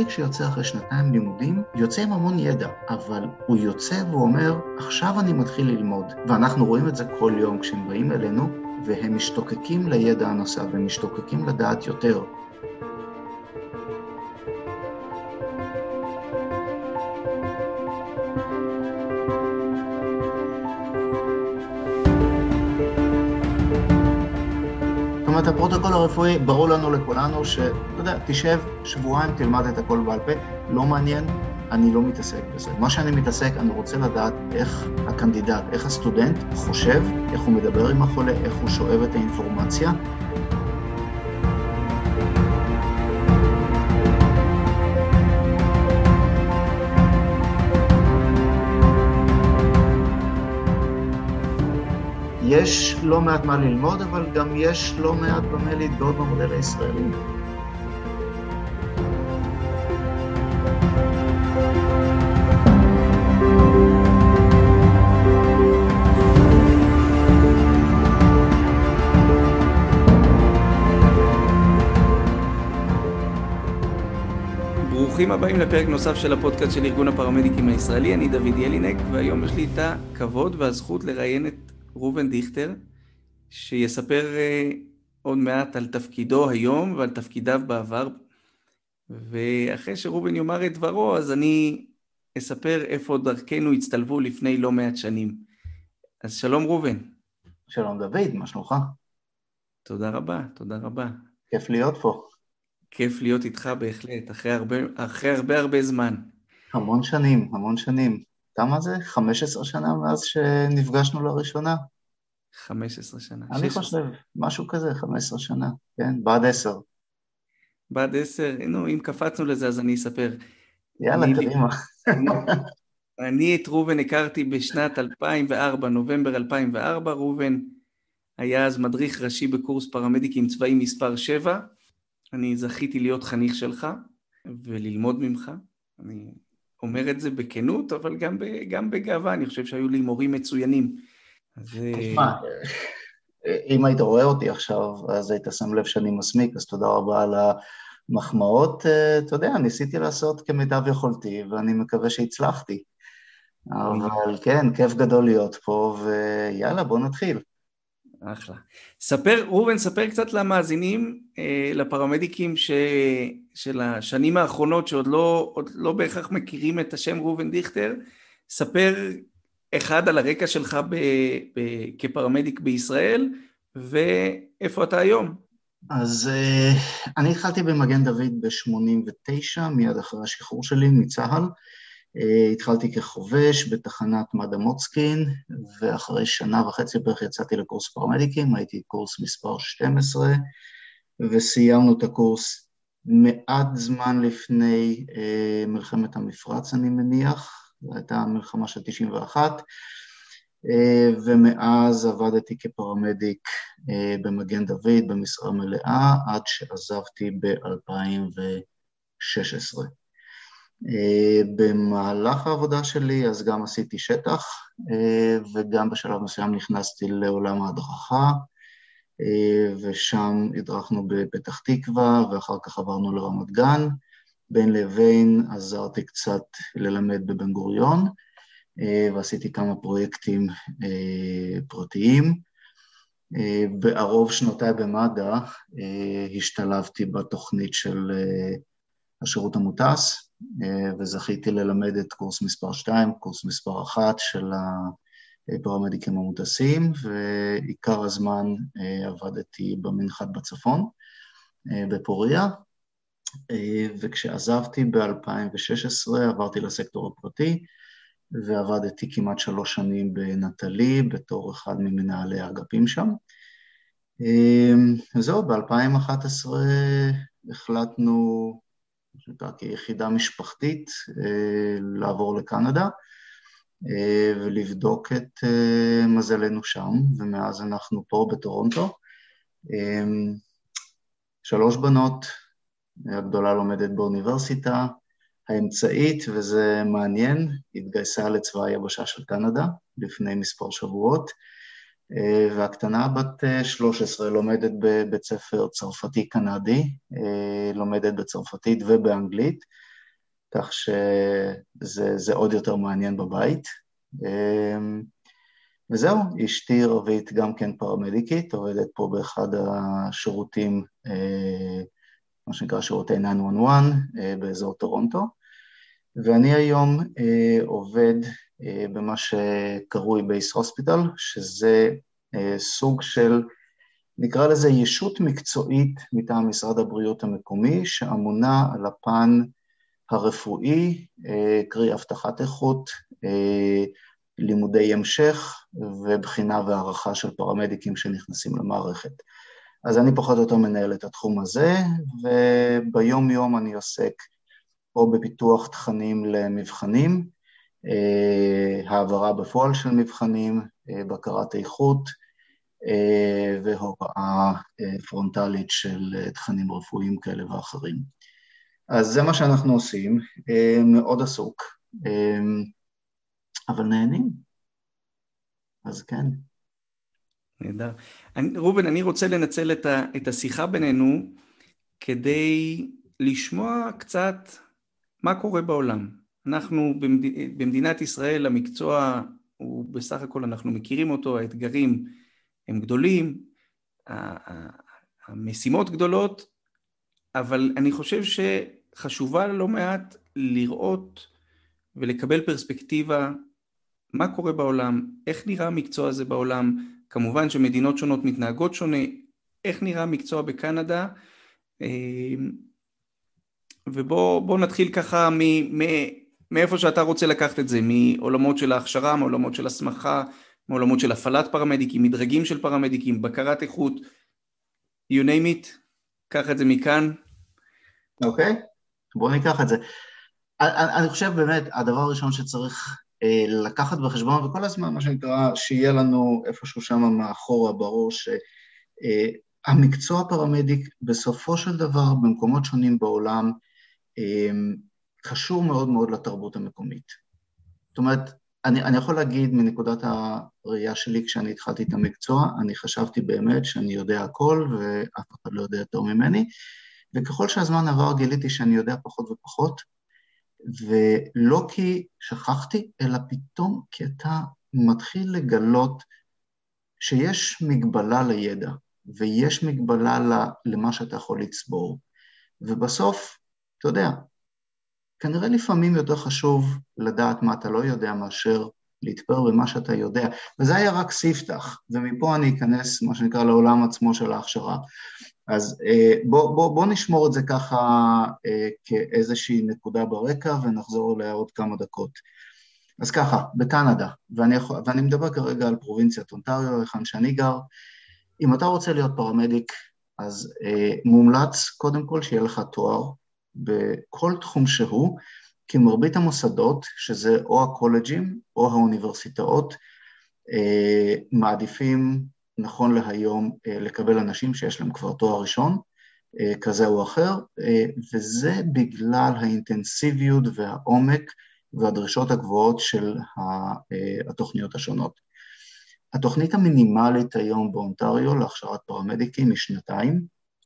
מפיק שיוצא אחרי 2 לימודים, יוצא עם המון ידע, אבל הוא יוצא והוא אומר, עכשיו אני מתחיל ללמוד. ואנחנו רואים את זה כל יום כשהם באים אלינו, והם משתוקקים לידע הנוסף, והם משתוקקים לדעת יותר. זאת אומרת, הפרוטוקול הרפואי ברור לנו לכולנו שאתה יודע, תשב שבועיים, תלמד את הכל בעל פה, לא מעניין, אני לא מתעסק בזה. מה שאני מתעסק, אני רוצה לדעת איך הקנדידט, איך הסטודנט חושב, איך הוא מדבר עם החולה, איך הוא שואב את האינפורמציה. יש לא מעט מה ללמוד, אבל גם יש לא מעט במה להתגאות במודל הישראלי. ברוכים הבאים לפרק נוסף של הפודקאסט של ארגון הפרמדיקים הישראלי. אני דוד ילינק, והיום יש לי את הכבוד והזכות לראיין את ראובן דיכטר, שיספר עוד מעט על תפקידו היום ועל תפקידיו בעבר. ואחרי שראובן יאמר את דברו, אז אני אספר איפה דרכנו הצטלבו לפני לא מעט שנים. אז שלום ראובן. שלום דוד, מה שלומך? תודה רבה, תודה רבה. כיף להיות פה. כיף להיות איתך בהחלט, אחרי הרבה זמן. המון שנים, המון שנים. כמה זה? 15 שנה מאז שנפגשנו לראשונה? 15 שנה. אני חושב, משהו כזה, 15 שנה, כן? בעד 10. בעד 10, נו, אם קפצנו לזה אז אני אספר. יאללה, קדימה. אני את ראובן הכרתי בשנת 2004, נובמבר 2004, ראובן היה אז מדריך ראשי בקורס פרמדיקים צבאי מספר 7, אני זכיתי להיות חניך שלך וללמוד ממך, אני אומר את זה בכנות, אבל גם בגאווה, אני חושב שהיו לי מורים מצוינים. תשמע, אם היית רואה אותי עכשיו, אז היית שם לב שאני מסמיק, אז תודה רבה על המחמאות. אתה יודע, ניסיתי לעשות כמיטב יכולתי, ואני מקווה שהצלחתי. אבל כן, כיף גדול להיות פה, ויאללה, בוא נתחיל. אחלה. ראובן, ספר קצת למאזינים, לפרמדיקים של השנים האחרונות, שעוד לא בהכרח מכירים את השם ראובן דיכטר, ספר אחד על הרקע שלך כפרמדיק בישראל, ואיפה אתה היום? אז אני התחלתי במגן דוד ב-89, מיד אחרי השחרור שלי מצה"ל. התחלתי כחובש בתחנת מד"א מוצקין, ואחרי 1.5 שנה בערך יצאתי לקורס פרמדיקים, הייתי קורס מספר 12, וסיימנו את הקורס מעט זמן לפני מלחמת המפרץ, אני מניח, זו הייתה המלחמה של 91, ומאז עבדתי כפרמדיק במגן דוד במשרה מלאה, עד שעזבתי ב-2016. במהלך העבודה שלי אז גם עשיתי שטח, וגם בשלב מסוים נכנסתי לעולם ההדרכה, ושם הדרכנו בפתח תקווה, ואחר כך עברנו לרמת גן. בין לבין עזרתי קצת ללמד בבן גוריון, ועשיתי כמה פרויקטים פרטיים. בערוב שנותיי במד"א השתלבתי בתוכנית של השירות המוטס, וזכיתי ללמד את קורס מספר 2, קורס מספר 1 של הפרמדיקים המוטסים, ועיקר הזמן עבדתי במנחת בצפון, בפוריה, וכשעזבתי ב-2016 עברתי לסקטור הפרטי, ועבדתי כמעט 3 שנים בנטלי, בתור אחד ממנהלי האגפים שם. וזהו, ב-2011 החלטנו, כיחידה משפחתית, לעבור לקנדה, ולבדוק את מזלנו שם, ומאז אנחנו פה בטורונטו. 3 בנות, הגדולה לומדת באוניברסיטה, האמצעית, וזה מעניין, התגייסה לצבא היבשה של קנדה לפני מספר שבועות, והקטנה בת 13 לומדת בבית ספר צרפתי קנדי, לומדת בצרפתית ובאנגלית, כך שזה עוד יותר מעניין בבית. וזהו, אשתי רבית גם כן פרמדיקית, עובדת פה באחד השירותים, מה שנקרא שירותי 911 באזור טורונטו, ואני היום עובד במה שקרוי בייס הוספיטל, שזה סוג של, נקרא לזה ישות מקצועית מטעם משרד הבריאות המקומי, שאמונה על הפן הרפואי, קרי הבטחת איכות, לימודי המשך ובחינה והערכה של פרמדיקים שנכנסים למערכת. אז אני פחות או יותר מנהל את התחום הזה, וביום יום אני עוסק או בפיתוח תכנים למבחנים, העברה בפועל של מבחנים, בקרת איכות, והוראה פרונטלית של תכנים רפואיים כאלה ואחרים. אז זה מה שאנחנו עושים, מאוד עסוק, אבל נהנים. אז כן. נהדר. רובן, אני רוצה לנצל את השיחה בינינו כדי לשמוע קצת מה קורה בעולם. אנחנו במדינת ישראל, המקצוע הוא בסך הכל, אנחנו מכירים אותו, האתגרים הם גדולים, המשימות גדולות, אבל אני חושב שחשובה לא מעט לראות ולקבל פרספקטיבה מה קורה בעולם, איך נראה המקצוע הזה בעולם, כמובן שמדינות שונות מתנהגות שונה, איך נראה המקצוע בקנדה, ובוא נתחיל ככה מאיפה שאתה רוצה לקחת את זה, מעולמות של ההכשרה, מעולמות של הסמכה, מעולמות של הפעלת פרמדיקים, מדרגים של פרמדיקים, בקרת איכות, you name it, קח את זה מכאן. אוקיי, בואו ניקח את זה. אני חושב באמת, הדבר הראשון שצריך לקחת בחשבון, וכל הזמן מה שנקרא, שיהיה לנו איפשהו שם מאחורה ברור, שהמקצוע פרמדיק בסופו של דבר, במקומות שונים בעולם, קשור מאוד מאוד לתרבות המקומית. זאת אומרת, אני יכול להגיד מנקודת הראייה שלי, כשאני התחלתי את המקצוע, אני חשבתי באמת שאני יודע הכל, ואף אחד לא יודע יותר ממני, וככל שהזמן עבר גיליתי שאני יודע פחות ופחות, ולא כי שכחתי, אלא פתאום כי אתה מתחיל לגלות שיש מגבלה לידע, ויש מגבלה למה שאתה יכול לצבור. ובסוף, אתה יודע, כנראה לפעמים יותר חשוב לדעת מה אתה לא יודע מאשר להתפר במה שאתה יודע. וזה היה רק ספתח, ומפה אני אכנס, מה שנקרא, לעולם עצמו של ההכשרה. אז בוא נשמור את זה ככה כאיזושהי נקודה ברקע, ונחזור אליה עוד כמה דקות. אז ככה, בקנדה, ואני מדבר כרגע על פרובינציית אונטריו, היכן שאני גר, אם אתה רוצה להיות פרמדיק, אז מומלץ קודם כל שיהיה לך תואר בכל תחום שהוא, כי מרבית המוסדות, שזה או הקולג'ים או האוניברסיטאות, מעדיפים נכון להיום לקבל אנשים שיש להם כבר תואר ראשון, כזה או אחר, וזה בגלל האינטנסיביות והעומק והדרישות הגבוהות של התוכניות השונות. התוכנית המינימלית היום באונטריו להכשרת פרמדיקים היא 2,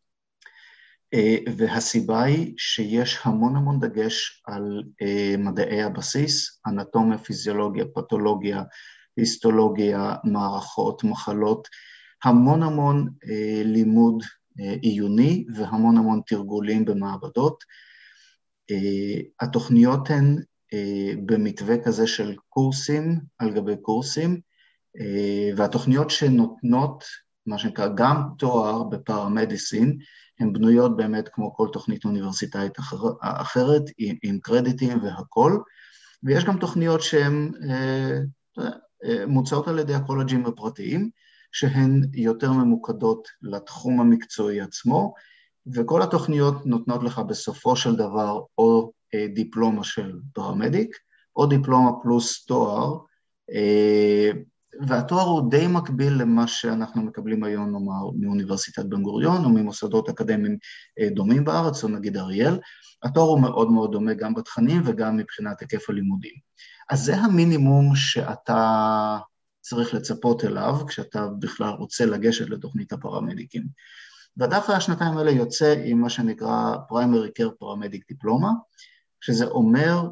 והסיבה היא שיש המון דגש על מדעי הבסיס, אנטומיה, פיזיולוגיה, פתולוגיה, היסטולוגיה, מערכות, מחלות, המון לימוד עיוני והמון תרגולים במעבדות. התוכניות הן במתווה כזה של קורסים על גבי קורסים, והתוכניות שנותנות, מה שנקרא, גם תואר בפרמדיסין, הן בנויות באמת כמו כל תוכנית אוניברסיטאית אחרת, עם קרדיטים והכל, ויש גם תוכניות שהן מוצעות על ידי הקולג'ים הפרטיים, שהן יותר ממוקדות לתחום המקצועי עצמו, וכל התוכניות נותנות לך בסופו של דבר או דיפלומה של פרמדיק, או דיפלומה פלוס תואר, והתואר הוא די מקביל למה שאנחנו מקבלים היום, נאמר, מאוניברסיטת בן גוריון, או ממוסדות אקדמיים דומים בארץ, או נגיד אריאל. התואר הוא מאוד דומה גם בתכנים וגם מבחינת היקף הלימודים. אז זה המינימום שאתה צריך לצפות אליו, כשאתה בכלל רוצה לגשת לתוכנית הפרמדיקים. ואתה אחרי 2 האלה יוצא עם מה שנקרא Primary Care Paramedic Diploma, שזה אומר,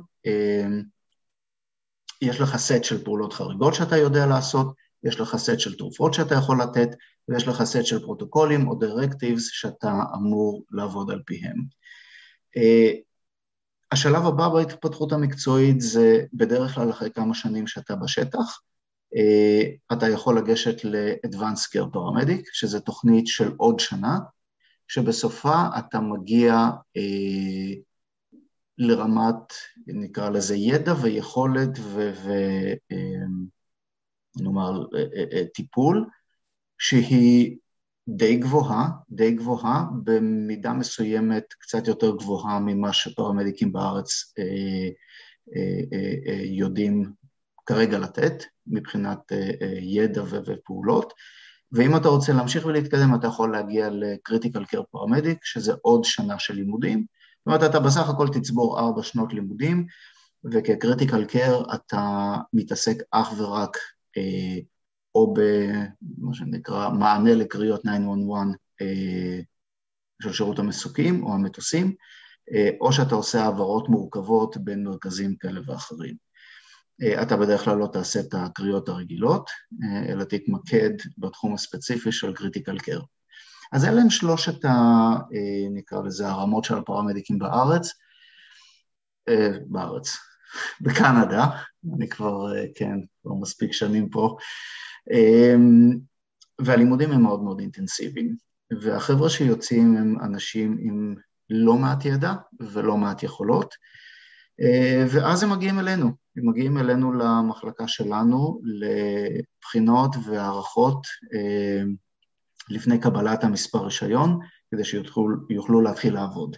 יש לך סט של פעולות חריגות שאתה יודע לעשות, יש לך סט של תרופות שאתה יכול לתת, ויש לך סט של פרוטוקולים או directives שאתה אמור לעבוד על פיהם. השלב הבא בהתפתחות המקצועית זה בדרך כלל אחרי כמה שנים שאתה בשטח, אתה יכול לגשת ל-Advanced Care Paramedic, שזה תוכנית של עוד שנה, שבסופה אתה מגיע לרמת, נקרא לזה ידע ויכולת ונאמר טיפול, שהיא די גבוהה, במידה מסוימת קצת יותר גבוהה ממה שפרמדיקים בארץ יודעים כרגע לתת, מבחינת ידע ופעולות, ואם אתה רוצה להמשיך ולהתקדם, אתה יכול להגיע ל-Critical Care Paramedic, שזה עוד שנה של לימודים, זאת אומרת, אתה בסך הכל תצבור 4 שנות לימודים, וכ-Critical Care אתה מתעסק אך ורק או במה שנקרא מענה לקריאות 911 של שירות המסוקים או המטוסים, או שאתה עושה העברות מורכבות בין מרכזים כאלה ואחרים. אתה בדרך כלל לא תעשה את הקריאות הרגילות, אלא תתמקד בתחום הספציפי של Critical Care. אז אלה הם שלושת, נקרא לזה, הרמות של הפרמדיקים בקנדה, אני כבר, כן, כבר מספיק שנים פה, והלימודים הם מאוד מאוד אינטנסיביים, והחבר'ה שיוצאים הם אנשים עם לא מעט ידע ולא מעט יכולות, ואז הם מגיעים אלינו למחלקה שלנו, לבחינות והערכות לפני קבלת המספר רישיון, כדי שיוכלו להתחיל לעבוד.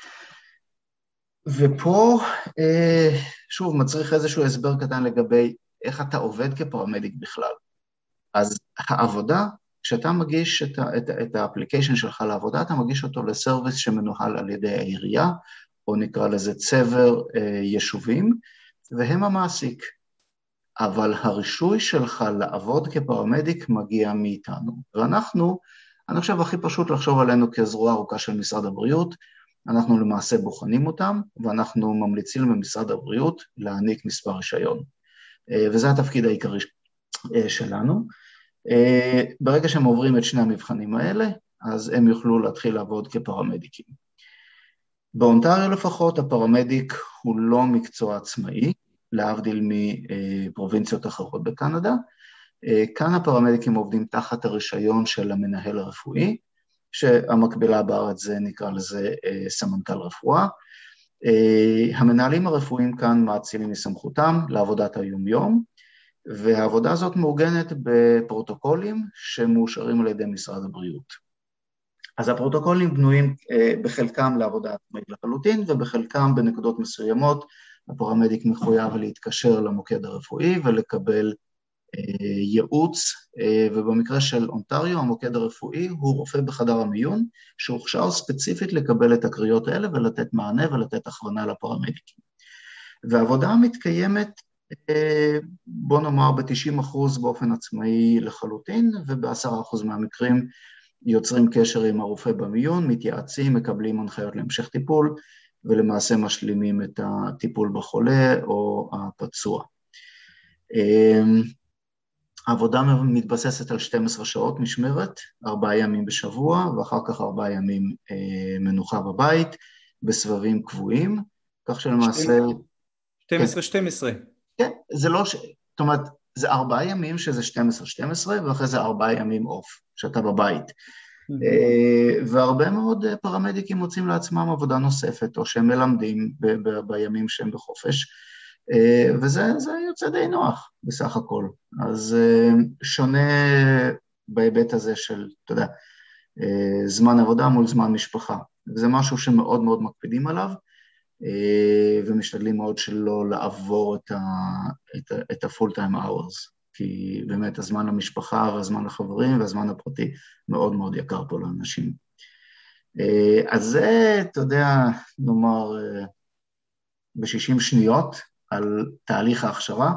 ופה, שוב, מצריך איזשהו הסבר קטן לגבי איך אתה עובד כפרמדיק בכלל. אז העבודה, כשאתה מגיש את האפליקיישן שלך לעבודה, אתה מגיש אותו לסרוויס שמנוהל על ידי העירייה, או נקרא לזה צבר יישובים, והם המעסיק. אבל הרישוי שלך לעבוד כפרמדיק מגיע מאיתנו. ואנחנו, אני חושב הכי פשוט לחשוב עלינו כזרוע ארוכה של משרד הבריאות, אנחנו למעשה בוחנים אותם, ואנחנו ממליצים במשרד הבריאות להעניק מספר רישיון. וזה התפקיד העיקרי שלנו. ברגע שהם עוברים את שני המבחנים האלה, אז הם יוכלו להתחיל לעבוד כפרמדיקים. באונטריו לפחות, הפרמדיק הוא לא מקצוע עצמאי, להבדיל מפרובינציות אחרות בקנדה. כאן הפרמדיקים עובדים תחת הרישיון של המנהל הרפואי, שהמקבילה בארץ זה נקרא לזה סמנכ"ל רפואה. המנהלים הרפואיים כאן מאצילים מסמכותם לעבודת היום-יום, והעבודה הזאת מעוגנת בפרוטוקולים שמאושרים על ידי משרד הבריאות. אז הפרוטוקולים בנויים בחלקם לעבודה עצמאית לחלוטין, ובחלקם בנקודות מסוימות הפרמדיק מחויב להתקשר למוקד הרפואי ולקבל ייעוץ, ובמקרה של אונטריו, המוקד הרפואי הוא רופא בחדר המיון, שהוכשר ספציפית לקבל את הקריאות האלה ולתת מענה ולתת הכוונה לפרמדיקים. והעבודה מתקיימת, בוא נאמר, ב-90% באופן עצמאי לחלוטין, וב-10% מהמקרים יוצרים קשר עם הרופא במיון, מתייעצים, מקבלים הנחיות להמשך טיפול, ולמעשה משלימים את הטיפול בחולה או הפצוע. העבודה מתבססת על 12 שעות משמרת, 4 ימים בשבוע, ואחר כך 4 ימים מנוחה בבית, בסבבים קבועים, כך שלמעשה... 12-12. כן, זה לא... זאת אומרת, זה 4 ימים שזה 12-12, ואחרי זה 4 ימים אוף, שאתה בבית. והרבה מאוד פרמדיקים מוצאים לעצמם עבודה נוספת, או שהם מלמדים בימים שהם בחופש, וזה יוצא די נוח בסך הכל. אז שונה בהיבט הזה של, אתה יודע, זמן עבודה מול זמן משפחה. וזה משהו שמאוד מאוד מקפידים עליו, ומשתדלים מאוד שלא לעבור את ה-full time hours, כי באמת הזמן למשפחה והזמן לחברים והזמן הפרטי מאוד מאוד יקר פה לאנשים. אז זה, אתה יודע, נאמר, ב-60 שניות על תהליך ההכשרה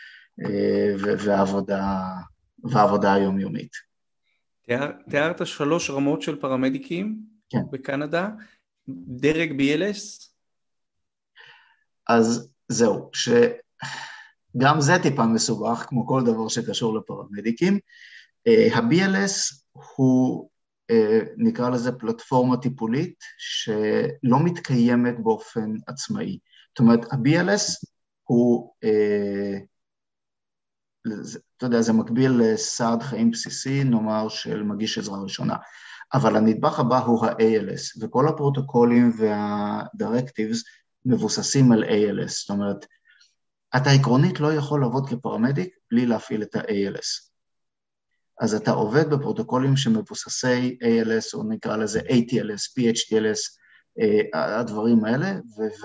והעבודה היומיומית. תיארת 3 רמות של פרמדיקים, כן. בקנדה, דרג BLS? אז זהו, שגם זה טיפה מסובך, כמו כל דבר שקשור לפרמדיקים. ה-BLS הוא, נקרא לזה פלטפורמה טיפולית, שלא מתקיימת באופן עצמאי. זאת אומרת, ה-BLS הוא, אתה יודע, זה מקביל לסעד חיים בסיסי, נאמר, של מגיש עזרה ראשונה. אבל הנדבך הבא הוא ה-ALS, וכל הפרוטוקולים וה-directives מבוססים על ALS. זאת אומרת, אתה עקרונית לא יכול לעבוד כפרמדיק בלי להפעיל את ה-ALS. אז אתה עובד בפרוטוקולים שמבוססי ALS, או נקרא לזה ATLS, PHTLS, הדברים האלה,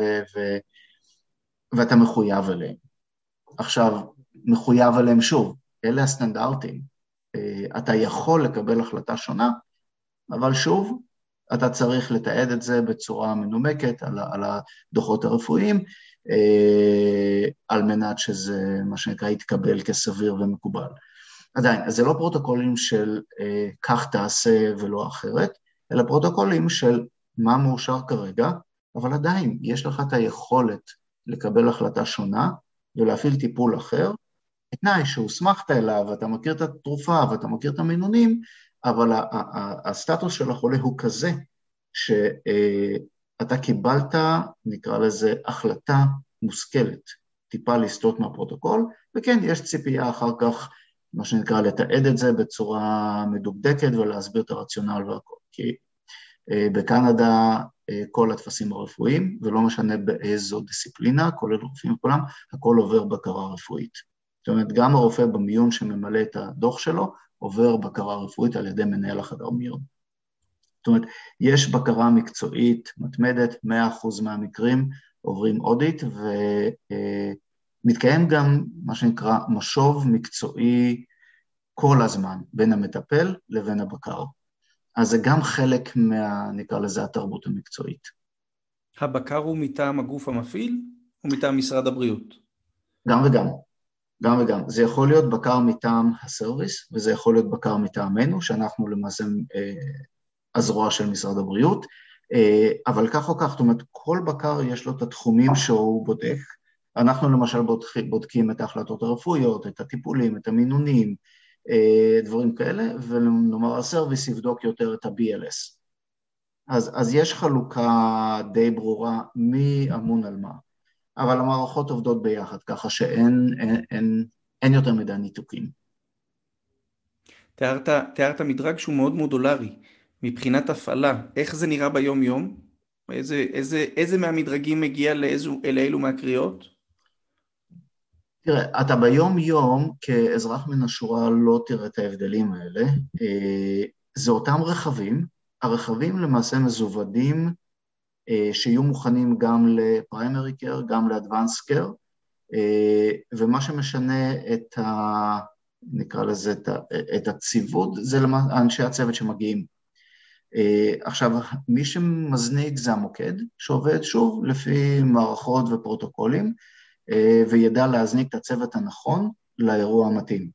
ואתה מחויב עליהם. עכשיו, מחויב עליהם שוב, אלה הסטנדרטים. אתה יכול לקבל החלטה שונה, אבל שוב, אתה צריך לתעד את זה בצורה מנומקת על הדוחות הרפואיים, על מנת שזה, מה שנקרא, יתקבל כסביר ומקובל. עדיין, אז זה לא פרוטוקולים של כך תעשה ולא אחרת, אלא פרוטוקולים של מה מאושר כרגע, אבל עדיין יש לך את היכולת לקבל החלטה שונה ולהפעיל טיפול אחר, בתנאי שהוסמכת אליו, ואתה מכיר את התרופה ואתה מכיר את המינונים, אבל הסטטוס של החולה הוא כזה, שאתה קיבלת, נקרא לזה, החלטה מושכלת, טיפה לסטות מהפרוטוקול, וכן, יש ציפייה אחר כך, מה שנקרא, לתעד את זה בצורה מדוקדקת, ולהסביר את הרציונל והכל. כי בקנדה כל התפסים הרפואיים, ולא משנה באיזו דיסציפלינה, כולל רופאים וכולם, הכל עובר בקרה רפואית. זאת אומרת, גם הרופא במיון שממלא את הדוח שלו, עובר בקרה רפואית על ידי מנהל החדר מיון. זאת אומרת, יש בקרה מקצועית מתמדת, 100% מהמקרים עוברים אודיט, ומתקיים גם מה שנקרא משוב מקצועי כל הזמן, בין המטפל לבין הבקר. אז זה גם חלק נקרא לזה, התרבות המקצועית. הבקר הוא מטעם הגוף המפעיל, או מטעם משרד הבריאות? גם וגם. גם וגם. זה יכול להיות בקר מטעם הסרוויס, וזה יכול להיות בקר מטעמנו, שאנחנו למעשה הזרוע של משרד הבריאות, אבל כך או כך, זאת אומרת, כל בקר יש לו את התחומים שהוא בודק. אנחנו למשל בודקים את ההחלטות הרפואיות, את הטיפולים, את המינונים, דברים כאלה, ונאמר הסרוויס יבדוק יותר את ה-BLS. אז יש חלוקה די ברורה מי אמון על מה. אבל המערכות עובדות ביחד, ככה שאין יותר מדי ניתוקים. תיארת מדרג שהוא מאוד מודולרי, מבחינת הפעלה, איך זה נראה ביום יום? איזה מהמדרגים מגיע לאילו מהקריאות? תראה, אתה ביום יום כאזרח מן השורה לא תראה את ההבדלים האלה, זה אותם רכבים, הרכבים למעשה מזוודים, שיהיו מוכנים גם לפריימרי קר, גם לאדוונס קר, ומה שמשנה נקרא לזה, את הציוות, זה אנשי הצוות שמגיעים. עכשיו, מי שמזניק זה המוקד, שעובד שוב לפי מערכות ופרוטוקולים, וידע להזניק את הצוות הנכון לאירוע המתאים.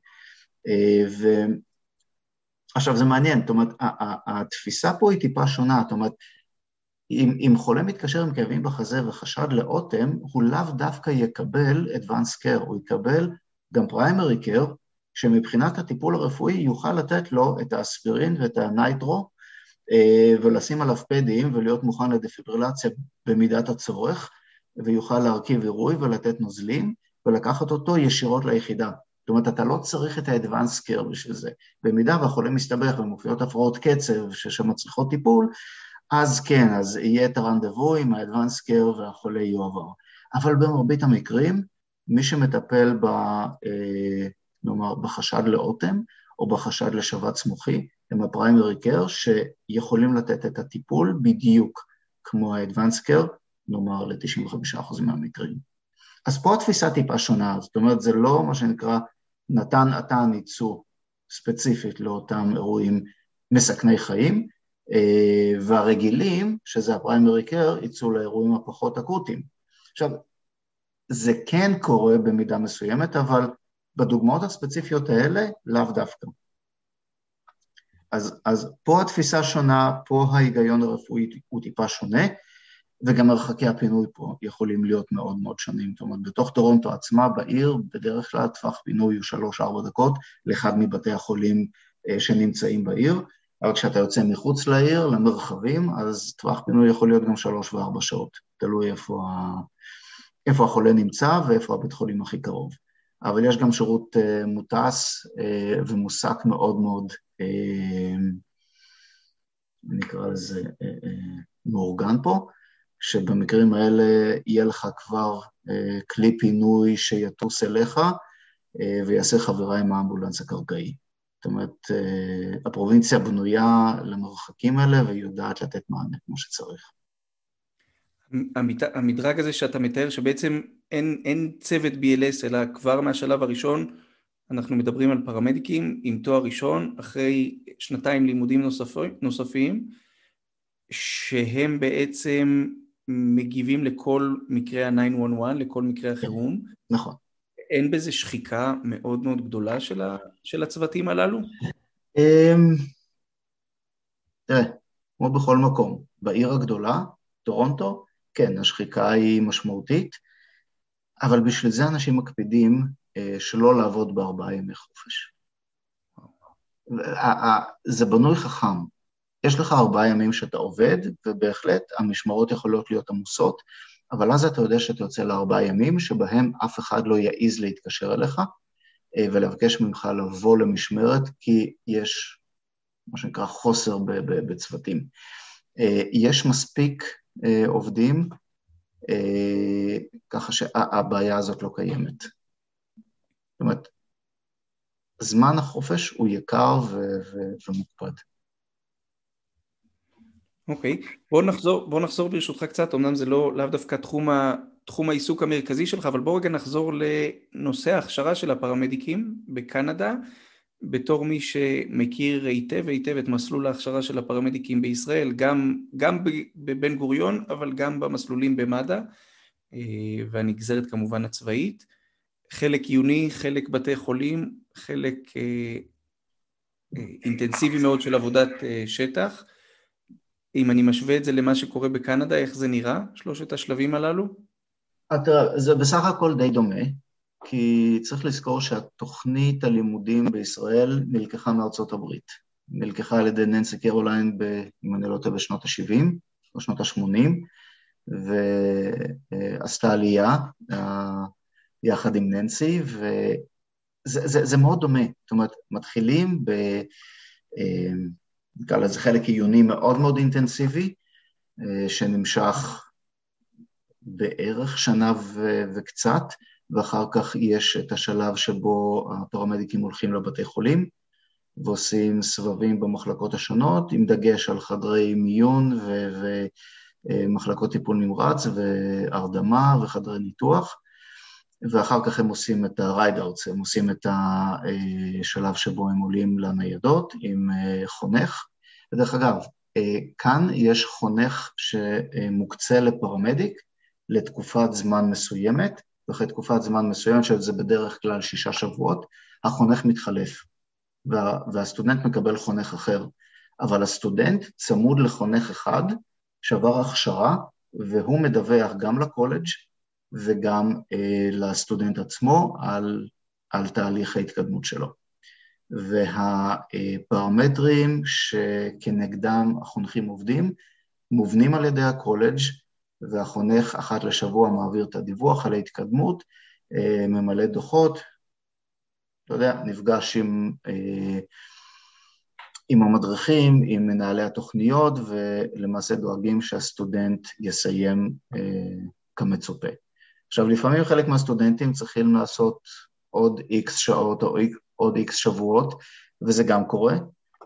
עכשיו, זה מעניין, זאת אומרת, התפיסה פה היא טיפה שונה, זאת אומרת, אם חולה מתקשר עם כאבים בחזה וחשד לאוטם, הוא לאו דווקא יקבל advanced care, הוא יקבל גם primary care, שמבחינת הטיפול הרפואי יוכל לתת לו את האספירין ואת הנייטרו, ולשים עליו פדים ולהיות מוכן לדפיברילציה במידת הצורך, ויוכל להרכיב עירוי ולתת נוזלים, ולקחת אותו ישירות ליחידה. זאת אומרת, אתה לא צריך את ה-advanced care בשביל זה. במידה והחולה מסתבך ומופיעות הפרעות קצב שמצריכות טיפול, אז כן, אז יהיה את הרנדבו עם ה-advanced care והחולה יועבר. אבל במרבית המקרים, מי שמטפל נאמר, בחשד לאוטם, או בחשד לשבץ מוחי, הם הפריימרי קר, שיכולים לתת את הטיפול בדיוק כמו ה-advanced care, נאמר ל-95% מהמקרים. אז פה התפיסה טיפה שונה, זאת אומרת, זה לא מה שנקרא, נתן ניצור ספציפית לאותם אירועים מסכני חיים, והרגילים, שזה הפריימרי קר, ייצאו לאירועים הפחות אקוטיים. עכשיו, זה כן קורה במידה מסוימת, אבל בדוגמאות הספציפיות האלה, לאו דווקא. אז פה התפיסה שונה, פה ההיגיון הרפואי הוא טיפה שונה, וגם מרחקי הפינוי פה יכולים להיות מאוד מאוד שונים. זאת אומרת, בתוך טורונטו עצמה, בעיר, בדרך כלל טווח פינוי הוא 3-4 דקות לאחד מבתי החולים שנמצאים בעיר, אבל כשאתה יוצא מחוץ לעיר, למרחבים, אז טווח פינוי יכול להיות גם 3 ו4 שעות, תלוי איפה החולה נמצא ואיפה הבית חולים הכי קרוב. אבל יש גם שירות מוטס ומוסק מאוד מאוד, נקרא לזה, מאורגן פה, שבמקרים האלה יהיה לך כבר כלי פינוי שיטוס אליך ויעשה חברה עם האמבולנס הקרקעי. זאת אומרת, הפרובינציה בנויה למרחקים האלה והיא יודעת לתת מענה כמו שצריך. המדרג הזה שאתה מתאר שבעצם אין צוות BLS אלא כבר מהשלב הראשון אנחנו מדברים על פרמדיקים עם תואר ראשון אחרי 2 לימודים נוספים שהם בעצם מגיבים לכל מקרה ה-911, לכל מקרה החירום. נכון. אין בזה שחיקה מאוד מאוד גדולה של הצוותים הללו? תראה, כמו בכל מקום, בעיר הגדולה, טורונטו, כן, השחיקה היא משמעותית, אבל בשביל זה אנשים מקפידים שלא לעבוד ב4 ימי חופש. זה בנוי חכם. יש לך 4 ימים שאתה עובד, ובהחלט המשמרות יכולות להיות עמוסות, אבל אז אתה יודע שאתה יוצא ל4 ימים, שבהם אף אחד לא יעיז להתקשר אליך, ולבקש ממך לבוא למשמרת, כי יש מה שנקרא חוסר בצוותים. יש מספיק עובדים, ככה שהבעיה הזאת לא קיימת. זאת אומרת, זמן החופש הוא יקר ומוקפד. אוקיי, בוא נחזור ברשותך קצת, אמנם זה לאו דווקא תחום העיסוק המרכזי שלך, אבל בוא רגע נחזור לנושא ההכשרה של הפרמדיקים בקנדה, בתור מי שמכיר היטב את מסלול ההכשרה של הפרמדיקים בישראל, גם בבן גוריון, אבל גם במסלולים במד"א, והנגזרת כמובן הצבאית, חלק עיוני, חלק בתי חולים, חלק אינטנסיבי מאוד של עבודת שטח. אם אני משווה את זה למה שקורה בקנדה, איך זה נראה, 3 השלבים הללו? זה בסך הכל די דומה, כי צריך לזכור שהתוכנית הלימודים בישראל נלקחה מארצות הברית. נלקחה על ידי ננסי קרוליין, אם אני לא טועה, בשנות ה-70 או שנות ה-80, ועשתה עלייה יחד עם ננסי, וזה מאוד דומה. זאת אומרת, מתחילים נקרא לזה חלק עיוני מאוד מאוד אינטנסיבי, שנמשך בערך שנה וקצת, ואחר כך יש את השלב שבו הפרמדיקים הולכים לבתי חולים, ועושים סבבים במחלקות השונות, עם דגש על חדרי מיון ומחלקות טיפול נמרץ והרדמה וחדרי ניתוח, ואחר כך הם עושים את הריידאוטס, הם עושים את השלב שבו הם עולים לניידות עם חונך. ודרך אגב, כאן יש חונך שמוקצה לפרמדיק לתקופת זמן מסוימת, ואחרי תקופת זמן מסוימת, שזה בדרך כלל 6 שבועות, החונך מתחלף, והסטודנט מקבל חונך אחר. אבל הסטודנט צמוד לחונך אחד, שעבר הכשרה, והוא מדווח גם לקולג' וגם לסטודנט עצמו על תהליך ההתקדמות שלו. והפרמטרים שכנגדם החונכים עובדים, מובנים על ידי הקולג', והחונך אחת לשבוע מעביר את הדיווח על ההתקדמות, ממלא דוחות, אתה יודע, נפגש עם המדריכים, עם מנהלי התוכניות, ולמעשה דואגים שהסטודנט יסיים כמצופה. עכשיו, לפעמים חלק מהסטודנטים צריכים לעשות עוד X שעות או עוד X שבועות, וזה גם קורה,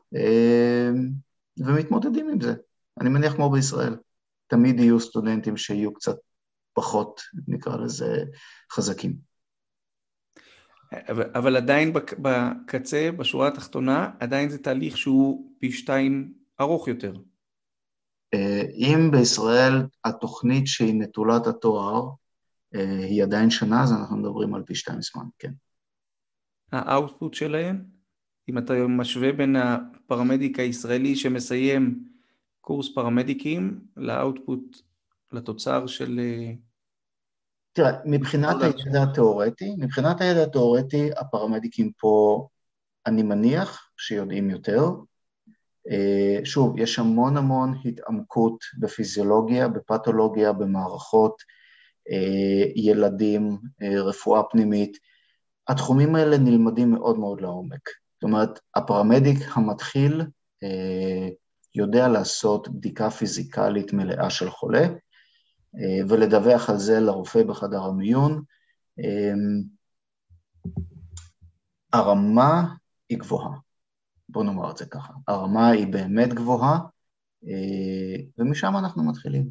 ומתמודדים עם זה. אני מניח כמו בישראל. תמיד יהיו סטודנטים שיהיו קצת פחות, נקרא לזה, חזקים. אבל עדיין בקצה, בשורה התחתונה, עדיין זה תהליך שהוא פי 2 ארוך יותר. אם בישראל התוכנית שהיא נטולת התואר, היא עדיין שנה, אז אנחנו מדברים על פי 2 זמן, כן. האוטפוט שלהם, אם אתה משווה בין הפרמדיק הישראלי שמסיים קורס פרמדיקים, לאוטפוט לתוצר של... תראה, מבחינת הידע התיאורטי, הפרמדיקים פה, אני מניח שיודעים יותר. שוב, יש המון התעמקות בפיזיולוגיה, בפתולוגיה, במערכות, ילדים, רפואה פנימית. התחומים האלה נלמדים מאוד מאוד לעומק. זאת אומרת, הפרמדיק המתחיל יודע לעשות בדיקה פיזיקלית מלאה של חולה, ולדווח על זה לרופא בחדר המיון. הרמה היא גבוהה, בוא נאמר את זה ככה. הרמה היא באמת גבוהה, ומשם אנחנו מתחילים.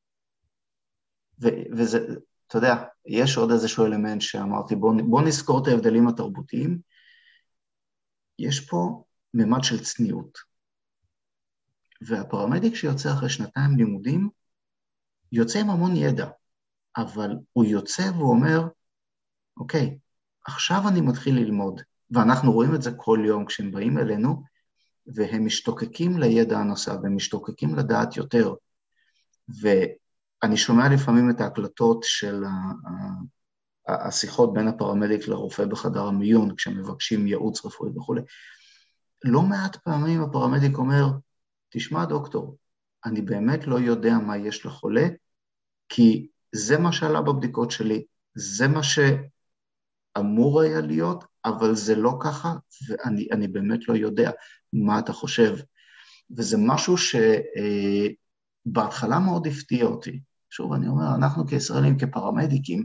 וזה, אתה יודע, יש עוד איזשהו אלמנט שאמרתי, בוא נזכור את ההבדלים התרבותיים. יש פה ממד של צניעות. והפרמדיק שיוצא אחרי 2 לימודים, יוצא עם המון ידע, אבל הוא יוצא והוא אומר, אוקיי, עכשיו אני מתחיל ללמוד, ואנחנו רואים את זה כל יום כשהם באים אלינו, והם משתוקקים לידע הנוסף, והם משתוקקים לדעת יותר. ואני שומע לפעמים את ההקלטות של השיחות בין הפרמדיק לרופא בחדר המיון, כשהם מבקשים ייעוץ רפואי וכו'. לא מעט פעמים הפרמדיק אומר, תשמע דוקטור, אני באמת לא יודע מה יש לחולה, כי זה מה שעלה בבדיקות שלי, זה מה שאמור היה להיות, אבל זה לא ככה, ואני באמת לא יודע מה אתה חושב. וזה משהו שבהתחלה מאוד הפתיע אותי. שוב, אני אומר, אנחנו כישראלים, כפרמדיקים,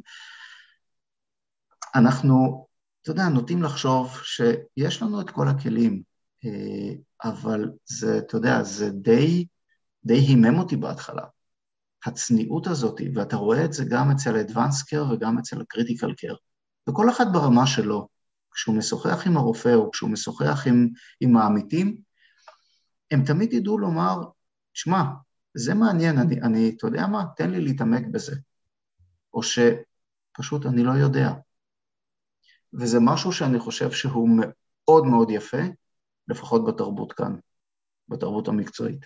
אנחנו, אתה יודע, נוטים לחשוב שיש לנו את כל הכלים, אבל זה, אתה יודע, זה די הימם אותי בהתחלה. הצניעות הזאת, ואתה רואה את זה גם אצל ה-Advanced Care וגם אצל ה-Critical Care, וכל אחד ברמה שלו, כשהוא משוחח עם הרופא או כשהוא משוחח עם העמיתים, הם תמיד ידעו לומר, שמע, זה מעניין, אתה יודע מה, תן לי להתעמק בזה, או שפשוט אני לא יודע. וזה משהו שאני חושב שהוא מאוד מאוד יפה, לפחות בתרבות כאן, בתרבות המקצועית.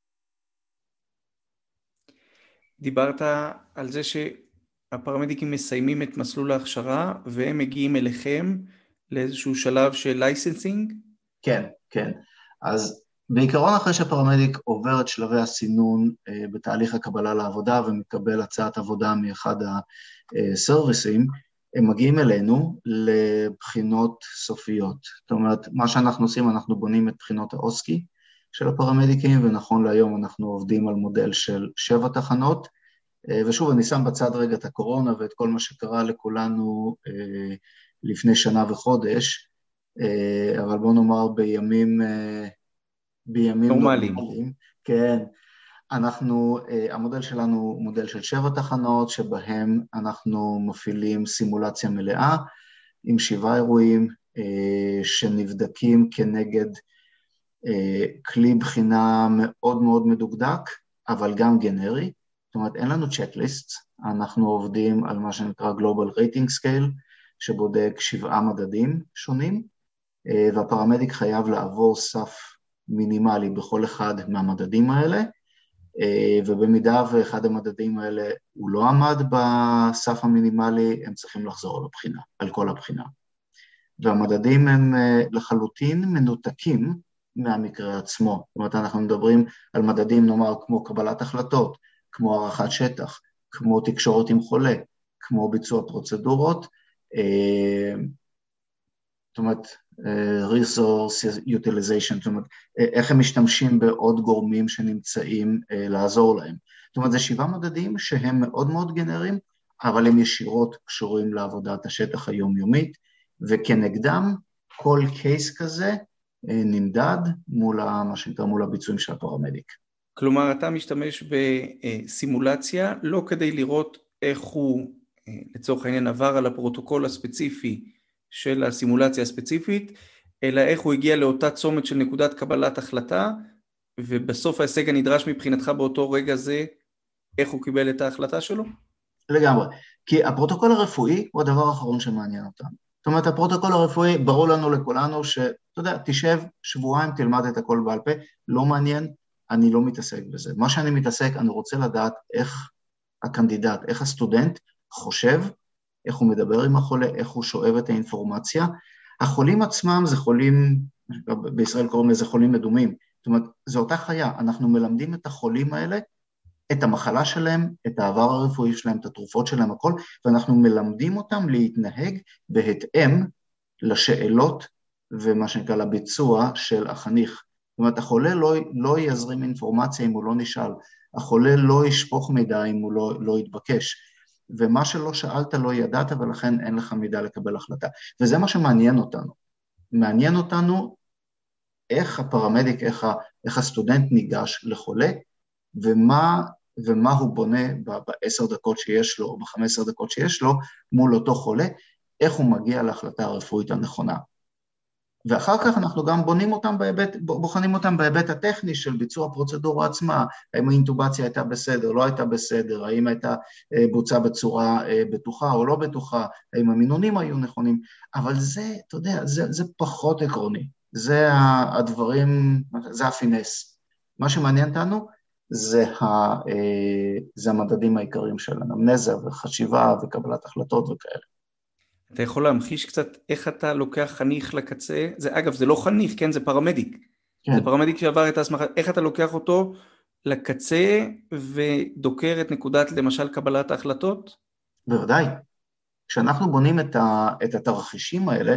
דיברת על זה שהפרמדיקים מסיימים את מסלול ההכשרה, והם מגיעים אליכם לאיזשהו שלב של לייסנסינג? כן, כן. אז בעיקרון אחרי שהפרמדיק עובר את שלבי הסינון בתהליך הקבלה לעבודה, ומקבל הצעת עבודה מאחד הסרוויסים, הם מגיעים אלינו לבחינות סופיות. זאת אומרת, מה שאנחנו עושים, אנחנו בונים את בחינות האוסקי של הפרמדיקים, ונכון להיום אנחנו עובדים על מודל של 7 תחנות, ושוב, אני שם בצד רגע את הקורונה ואת כל מה שקרה לכולנו לפני שנה וחודש, אבל בוא נאמר בימים נורמליים. כן, המודל שלנו הוא מודל של 7 תחנות, שבהם אנחנו מפעילים סימולציה מלאה, עם 7 אירועים שנבדקים כנגד כלי בחינה מאוד מאוד מדוקדק, אבל גם גנרי. זאת אומרת, אין לנו צ'קליסט, אנחנו עובדים על מה שנקרא Global Rating Scale, שבודק 7 מדדים שונים, והפרמדיק חייב לעבור סף מינימלי בכל אחד מהמדדים האלה, ובמידה ואחד המדדים האלה הוא לא עמד בסף המינימלי, הם צריכים לחזור על הבחינה, על כל הבחינה. והמדדים הם לחלוטין מנותקים מהמקרה עצמו. זאת אומרת, אנחנו מדברים על מדדים, נאמר, כמו קבלת החלטות, כמו הערכת שטח, כמו תקשורת עם חולה, כמו ביצוע פרוצדורות, זאת אומרת, resource utilization, זאת אומרת, איך הם משתמשים בעוד גורמים שנמצאים לעזור להם. זאת אומרת, זה 7 מדדים שהם מאוד מאוד גנריים, אבל הם ישירות קשורים לעבודת השטח היומיומית, וכנגדם כל קייס כזה נמדד מול מה שנקרא מול הביצועים של הפרמדיק. כלומר, אתה משתמש בסימולציה, לא כדי לראות איך הוא, לצורך העניין, עבר על הפרוטוקול הספציפי של הסימולציה הספציפית, אלא איך הוא הגיע לאותה צומת של נקודת קבלת החלטה, ובסוף ההישג הנדרש מבחינתך באותו רגע זה, איך הוא קיבל את ההחלטה שלו? לגמרי, כי הפרוטוקול הרפואי הוא הדבר האחרון שמעניין אותנו. זאת אומרת, הפרוטוקול הרפואי, ברור לנו לכולנו שאתה יודע, תשב שבועיים, תלמד את הכל בעל פה, לא מעניין, אני לא מתעסק בזה. מה שאני מתעסק, אני רוצה לדעת איך הקנדידט, איך הסטודנט חושב, איך הוא מדבר עם החולה, איך הוא שואב את האינפורמציה. החולים עצמם זה חולים, בישראל קוראים לזה חולים מדומים, זאת אומרת, זו אותה חיה, אנחנו מלמדים את החולים האלה, את המחלה שלהם, את העבר הרפואי שלהם, את התרופות שלהם, הכל, ואנחנו מלמדים אותם להתנהג בהתאם לשאלות ומה שנקרא לביצוע של החניך. זאת אומרת, החולה לא יזרים אינפורמציה אם הוא לא נשאל, החולה לא ישפוך מידע אם הוא לא יתבקש, ומה שלא שאלת לא ידעת, ולכן אין לך מידע לקבל החלטה. וזה מה שמעניין אותנו. מעניין אותנו איך הפרמדיק, איך הסטודנט ניגש לחולה, ומה הוא בונה ב10 דקות שיש לו, או ב15 דקות שיש לו, מול אותו חולה, איך הוא מגיע להחלטה הרפואית הנכונה. ואחר כך אנחנו גם בוחנים אותם בהיבט הטכני של ביצוע הפרוצדורה עצמה, האם האינטובציה הייתה בסדר, לא הייתה בסדר, האם הייתה בוצעה בצורה בטוחה או לא בטוחה, האם המינונים היו נכונים, אבל זה, אתה יודע, זה פחות עקרוני, זה הדברים, זה הפינס. מה שמעניין אותנו זה המדדים העיקריים של אנמנזה וחשיבה וקבלת החלטות וכאלה. אתה יכול להמחיש קצת איך אתה לוקח חניך לקצה, אגב זה לא חניך, כן, זה פרמדיק, כן. זה פרמדיק שעבר את ההסמכה, איך אתה לוקח אותו לקצה ודוקר את נקודת למשל קבלת ההחלטות? בוודאי, כשאנחנו בונים את התרחישים האלה,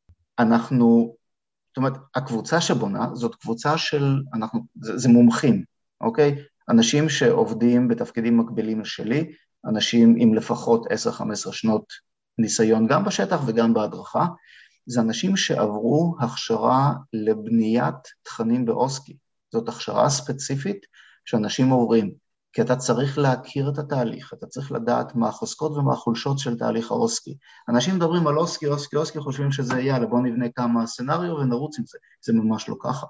זאת אומרת, הקבוצה שבונה, זאת קבוצה זה מומחים, אוקיי? אנשים שעובדים בתפקידים מקבילים לשלי, אנשים עם לפחות 10-15 שנות ניסיון גם בשטח וגם בהדרכה, זה אנשים שעברו הכשרה לבניית תכנים באוסקי. זאת הכשרה ספציפית שאנשים עוברים, כי אתה צריך להכיר את התהליך, אתה צריך לדעת מה החוזקות ומה החולשות של תהליך האוסקי. אנשים מדברים על אוסקי, חושבים שזה יאללה, בוא נבנה כמה סצנריו ונרוץ עם זה. זה ממש לא ככה.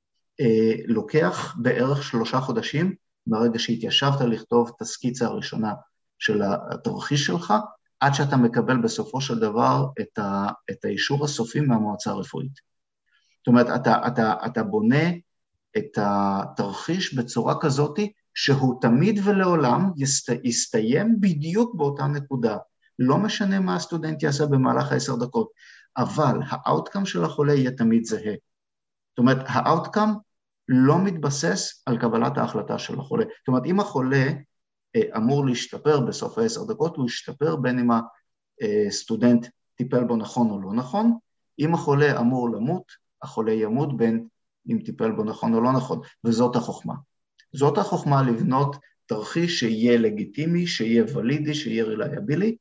לוקח בערך 3 חודשים, ברגע שהתיישבת לכתוב את הסקיצה הראשונה של התרחיש שלך, עד שאתה מקבל בסופו של דבר את האישור הסופי מהמועצה הרפואית. זאת אומרת, אתה בונה את התרחיש בצורה כזאת, שהוא תמיד ולעולם יסתיים בדיוק באותה נקודה. לא משנה מה הסטודנט יעשה במהלך 10 דקות, אבל האוטקאם של החולה יהיה תמיד זהה. זאת אומרת, האוטקאם לא מתבסס על קבלת ההחלטה של החולה. זאת אומרת, אם החולה אמור להשתפר בסוף 10 דקות, הוא ישתפר בין אם הסטודנט טיפל בו נכון או לא נכון, אם החולה אמור למות, החולה ימות בין אם טיפל בו נכון או לא נכון, וזאת החוכמה. זאת החוכמה לבנות תרחיש שיהיה לגיטימי, שיהיה ולידי, שיהיה רילייבילי,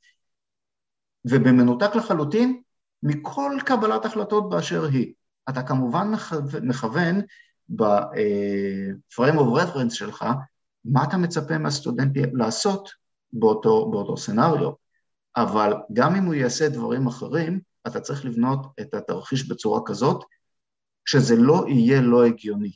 ובמנותק לחלוטין מכל קבלת החלטות באשר היא. אתה כמובן מכוון ב-frame of reference שלך, מה אתה מצפה מהסטודנט לעשות באותו סנריו, אבל גם אם הוא יעשה דברים אחרים, אתה צריך לבנות את התרחיש בצורה כזאת, שזה לא יהיה לא הגיוני.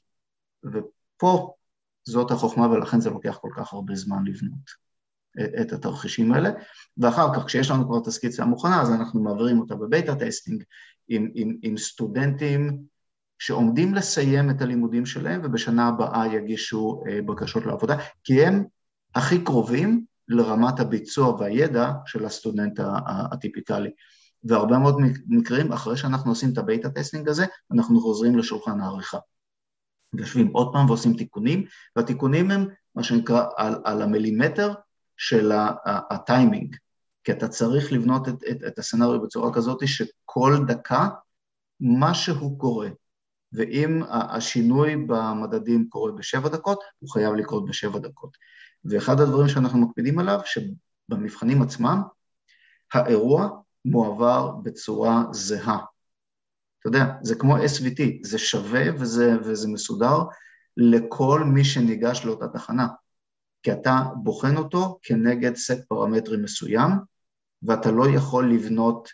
ופה זאת החוכמה, ולכן זה לוקח כל כך הרבה זמן לבנות את התרחישים האלה, ואחר כך כשיש לנו כבר את הסקיצה המוכנה, אז אנחנו מעבירים אותה בבייטה טסטינג, עם סטודנטים שעומדים לסיים את הלימודים שלהם, ובשנה הבאה יגישו בקשות לעבודה, כי הם הכי קרובים לרמת הביצוע והידע של הסטודנט הטיפיקלי. והרבה מאוד מקרים, אחרי שאנחנו עושים את הבייטה טסטינג הזה, אנחנו חוזרים לשולחן העריכה. ויושבים עוד פעם ועושים תיקונים, והתיקונים הם מה שנקרא על המילימטר של הטיימינג, כי אתה צריך לבנות את הסצנריו בצורה כזאת שכל דקה משהו קורה, ואם השינוי במדדים קורה ב7 דקות, הוא חייב לקרות ב7 דקות. ואחד הדברים שאנחנו מקפידים עליו, שבמבחנים עצמם, האירוע מועבר בצורה זהה. אתה יודע, זה כמו SVT, זה שווה וזה מסודר לכל מי שניגש לאותה תחנה, כי אתה בוחן אותו כנגד סט פרמטרים מסוים, ואתה לא יכול לבנות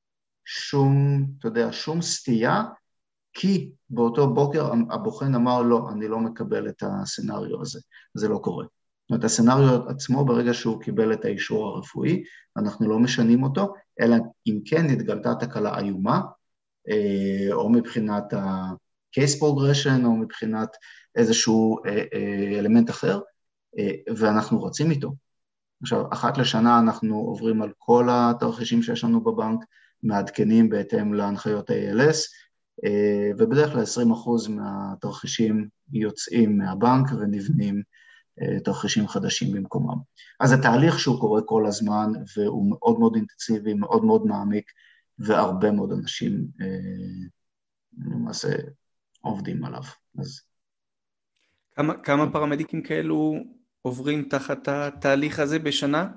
שום סטייה, כי באותו בוקר הבוחן אמר לא, אני לא מקבל את הסצנריו הזה, זה לא קורה. זאת אומרת, הסצנריו עצמו, ברגע שהוא קיבל את האישור הרפואי, אנחנו לא משנים אותו, אלא אם כן התגלתה תקלה איומה, או מבחינת ה-case progression, או מבחינת איזשהו אלמנט אחר, ואנחנו רצים איתו. עכשיו, אחת לשנה אנחנו עוברים על כל התרחישים שיש לנו בבנק, מעדכנים בהתאם להנחיות ALS, ובדרך כלל 20% מהתרחישים יוצאים מהבנק ונבנים תרחישים חדשים במקומם. אז זה תהליך שהוא קורה כל הזמן, והוא מאוד מאוד אינטנסיבי, מאוד מאוד מעמיק, והרבה מאוד אנשים למעשה עובדים עליו. אז... כמה פרמדיקים כאלו עוברים תחת התהליך הזה בשנה?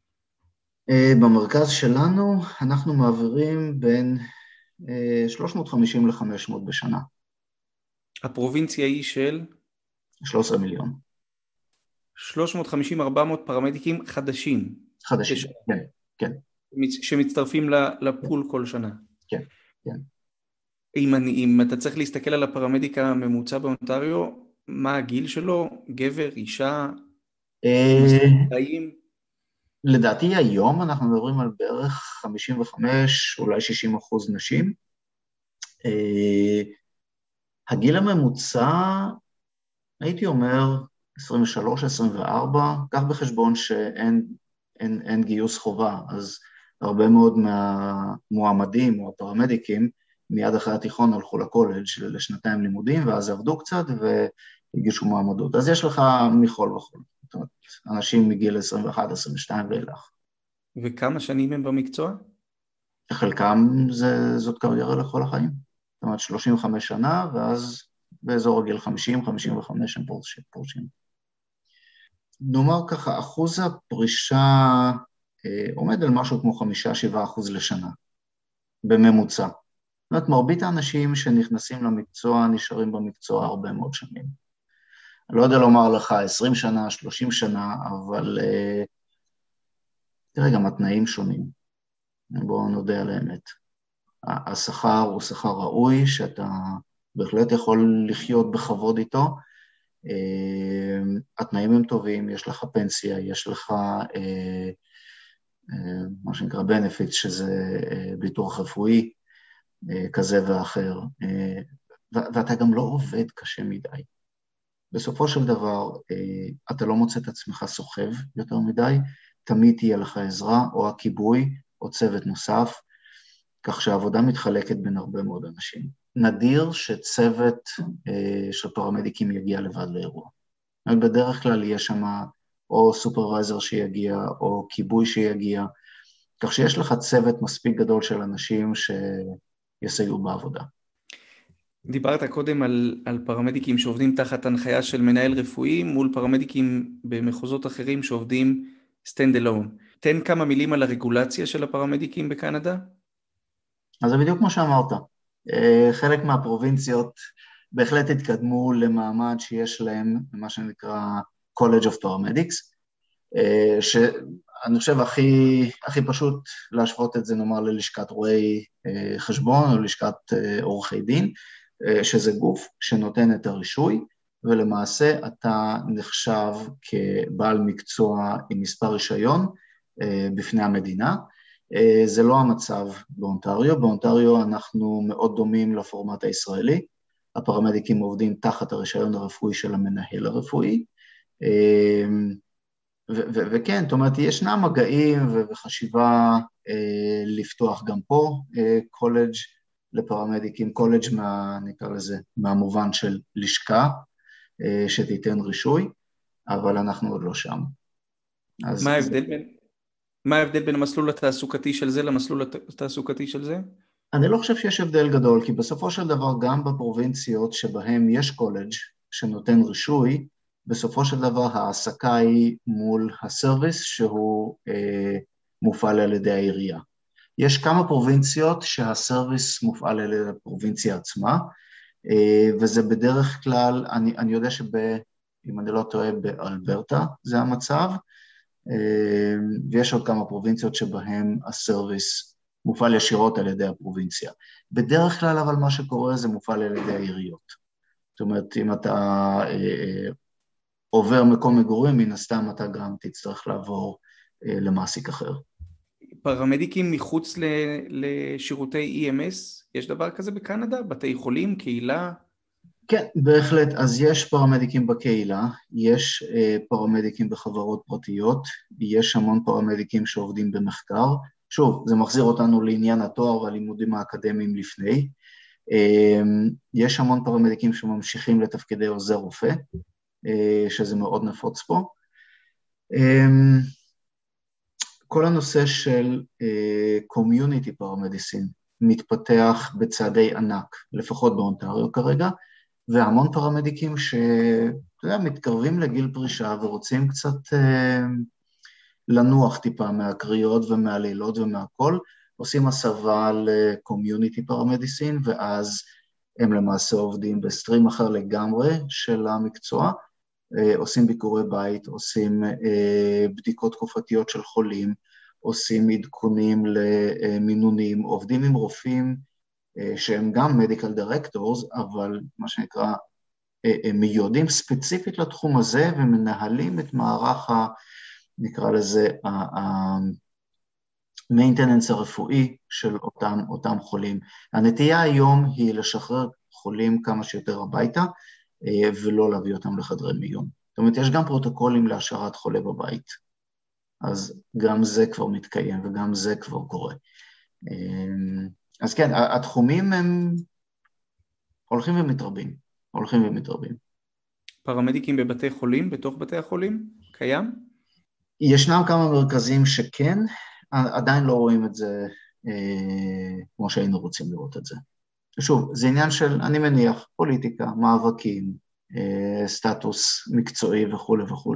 במרכז שלנו אנחנו מעבירים בין 350 ל-500 בשנה. הפרובינציה היא של? 13 מיליון. 350-400 פרמדיקים חדשים. חדשים, כן, כן. שמצטרפים לפול כל שנה. כן, כן. אם אתה צריך להסתכל על הפרמדיק הממוצע באונטריו, מה הגיל שלו? גבר, אישה, מספרים? לדעתי היום אנחנו מדברים על בערך 55, אולי 60% נשים. הגיל הממוצע, הייתי אומר 23, 24, כך בחשבון שאין גיוס חובה, אז הרבה מאוד מהמועמדים או הפרמדיקים מיד אחרי התיכון הלכו לקולג' לשנתיים לימודים, ואז עבדו קצת והגישו מועמדות. אז יש לך מכל וכל. זאת אומרת, אנשים מגיל 21, 22 ואילך. וכמה שנים הם במקצוע? חלקם זאת קריירה לכל החיים. זאת אומרת, 35 שנה, ואז באזור הגיל 50, 55 הם פורשים. נאמר ככה, אחוז הפרישה עומד על משהו כמו 5-7% לשנה, בממוצע. זאת אומרת, מרבית האנשים שנכנסים למקצוע נשארים במקצוע הרבה מאוד שנים. אני לא יודע לומר לך 20 שנה, 30 שנה, אבל תראה, גם התנאים שונים. בואו נודה על האמת. השכר הוא שכר ראוי, שאתה בהחלט יכול לחיות בכבוד איתו. התנאים הם טובים, יש לך פנסיה, יש לך מה שנקרא benefits, שזה ביטוח רפואי כזה ואחר, ואתה גם לא עובד קשה מדי. בסופו של דבר, אתה לא מוצא את עצמך סוחב יותר מדי, תמיד תהיה לך עזרה, או הכיבוי, או צוות נוסף, כך שהעבודה מתחלקת בין הרבה מאוד אנשים. נדיר שצוות של פרמדיקים יגיע לבד לאירוע. בדרך כלל יש שם או סופרוויזר שיגיע, או כיבוי שיגיע, כך שיש לך צוות מספיק גדול של אנשים שיסייעו בעבודה. דיברת קודם על פרמדיקים שעובדים תחת הנחיה של מנהל רפואי, מול פרמדיקים במחוזות אחרים שעובדים stand alone. תן כמה מילים על הרגולציה של הפרמדיקים בקנדה. אז זה בדיוק כמו שאמרת. חלק מהפרובינציות בהחלט התקדמו למעמד שיש להם, מה שנקרא College of Paramedics, שאני חושב הכי פשוט להשוות את זה, נאמר, ללשכת רואי חשבון או לשכת עורכי דין, שזה גוף שנותן את הרישוי, ולמעשה אתה נחשב כבעל מקצוע עם מספר רישיון בפני המדינה. זה לא המצב באונטריו. באונטריו אנחנו מאוד דומים לפורמט הישראלי. הפרמדיקים עובדים תחת הרישיון הרפואי של המנהל הרפואי, וכן, זאת אומרת, ישנם מגעים וחשיבה לפתוח גם פה קולג' לפרמדיקים, קולג' נקרא לזה, מהמובן של לשכה, שתיתן רישוי, אבל אנחנו עוד לא שם. מה ההבדל בין המסלול התעסוקתי של זה למסלול התעסוקתי של זה? אני לא חושב שיש הבדל גדול, כי בסופו של דבר גם בפרובינציות שבהם יש קולג' שנותן רישוי, בסופו של דבר העסקה היא מול הסרוויס שהוא מופעל על ידי העירייה. יש כמה פרובינציות שהסרוויס מופעל על ידי הפרובינציה עצמה, וזה בדרך כלל, אני יודע אם אני לא טועה, באלברטה זה המצב, ויש עוד כמה פרובינציות שבהם הסרוויס מופעל ישירות על ידי הפרובינציה. בדרך כלל אבל מה שקורה זה מופעל על ידי העיריות. זאת אומרת, אם אתה עובר מקום מגורים, מן הסתם אתה גם תצטרך לעבור למעסיק אחר. פרמדיקים מחוץ לשירותי EMS, יש דבר כזה בקנדה? בתי חולים, קהילה? כן, בהחלט. אז יש פרמדיקים בקהילה, יש פרמדיקים בחברות פרטיות, יש המון פרמדיקים שעובדים במחקר. שוב, זה מחזיר אותנו לעניין התואר והלימודים האקדמיים לפני. יש המון פרמדיקים שממשיכים לתפקידי עוזר רופא, שזה מאוד נפוץ פה. כל הנושא של Community Paramedicine מתפתח בצעדי ענק, לפחות באונטריו כרגע, והמון פרמדיקים מתקרבים לגיל פרישה ורוצים קצת לנוח טיפה מהקריאות ומהלילות ומהכל, עושים הסבה ל-Community Paramedicine, ואז הם למעשה עובדים בסטרים אחר לגמרי של המקצוע, עושים ביקורי בית, עושים בדיקות תקופתיות של חולים, עושים עדכונים למינונים, עובדים עם רופאים שהם גם medical directors, אבל מה שנקרא, הם מיועדים ספציפית לתחום הזה, ומנהלים את מערך, נקרא לזה, maintenance הרפואי של אותם חולים. הנטייה היום היא לשחרר חולים כמה שיותר הביתה, ולא להביא אותם לחדרי מיון. זאת אומרת, יש גם פרוטוקולים להשארת חולה בבית, אז גם זה כבר מתקיים, וגם זה כבר קורה. אז כן, התחומים הם הולכים ומתרבים. פרמדיקים בבתי חולים, בתוך בתי החולים, קיים? ישנם כמה מרכזים שכן, עדיין לא רואים את זה כמו שהיינו רוצים לראות את זה. שוב, זה עניין של, אני מניח, פוליטיקה, מאבקים, סטטוס מקצועי וכו' וכו'.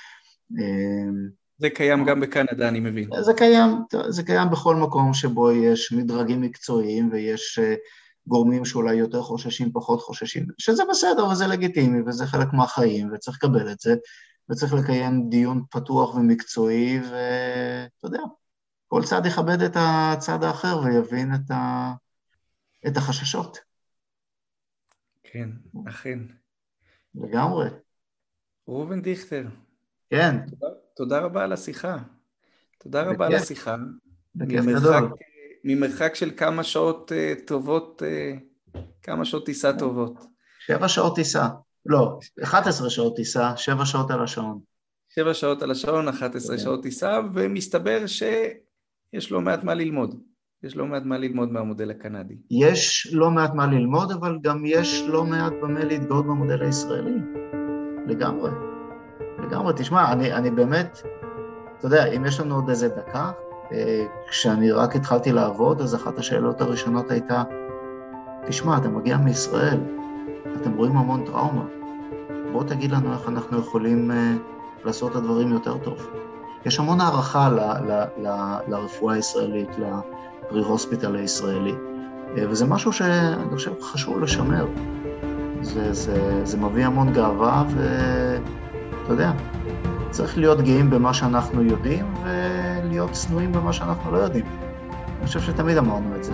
זה קיים גם בקנדה, אני מבין. זה קיים בכל מקום שבו יש מדרגים מקצועיים, ויש גורמים שאולי יותר חוששים, פחות חוששים, שזה בסדר וזה לגיטימי, וזה חלק מהחיים, וצריך לקבל את זה, וצריך לקיים דיון פתוח ומקצועי, ואתה יודע, כל צד יכבד את הצד האחר, ויבין את החששות. כן, אכן. לגמרי. ראובן דיכטר. כן. תודה רבה על השיחה. תודה רבה על השיחה. בכיף גדול. ממרחק של כמה שעות טובות, כמה שעות טיסה טובות. 7 שעות טיסה. לא, 11 שעות טיסה, 7 שעות על השעון. 7 שעות על השעון, 11 שעות טיסה, ומסתבר שיש לא מעט מה ללמוד. יש לא מעט מה ללמוד מהמודל הקנדי. יש לא מעט מה ללמוד, אבל גם יש לא מעט במה להתגאות במודל הישראלי. לגמרי. תשמע, אני באמת, אתה יודע, אם יש לנו עוד איזה דקה, כשאני רק התחלתי לעבוד, אז אחת השאלות הראשונות הייתה, תשמע, אתה מגיע מישראל, אתם רואים המון טראומה, בוא תגיד לנו איך אנחנו יכולים לעשות את הדברים יותר טוב. יש המון הערכה לרפואה הישראלית, לפרי-הוספיטל הישראלי, וזה משהו שאני חושב חשוב לשמר. זה מביא המון גאווה, ואתה יודע, צריך להיות גאים במה שאנחנו יודעים, ולהיות צנועים במה שאנחנו לא יודעים. אני חושב שתמיד אמרנו את זה.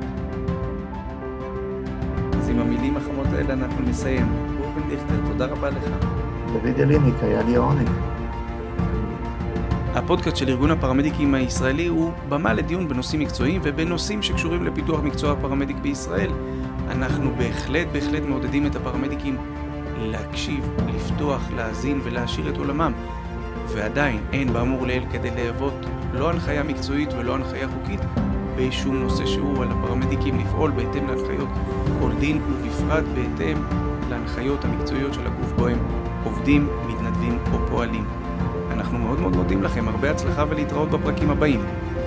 אז עם המילים החמות האלה אנחנו נסיים. ראובן דיכטר, תודה רבה לך. דוד יליניק, היה לי העונג. הפודקאסט של ארגון הפרמדיקים הישראלי הוא במה לדיון בנושאים מקצועיים ובנושאים שקשורים לפיתוח מקצוע הפרמדיק בישראל. אנחנו בהחלט מעודדים את הפרמדיקים להקשיב, לפתוח, להאזין ולהשאיר את עולמם. ועדיין אין באמור לעיל כדי להוות לא הנחיה מקצועית ולא הנחיה חוקית בשום נושא שהוא, על הפרמדיקים לפעול בהתאם להנחיות כל דין, ובפרט בהתאם להנחיות המקצועיות של הגוף בו הם עובדים, מתנדבים או פועלים. אנחנו מאוד מודים לכם, הרבה הצלחה ולהתראות בפרקים הבאים.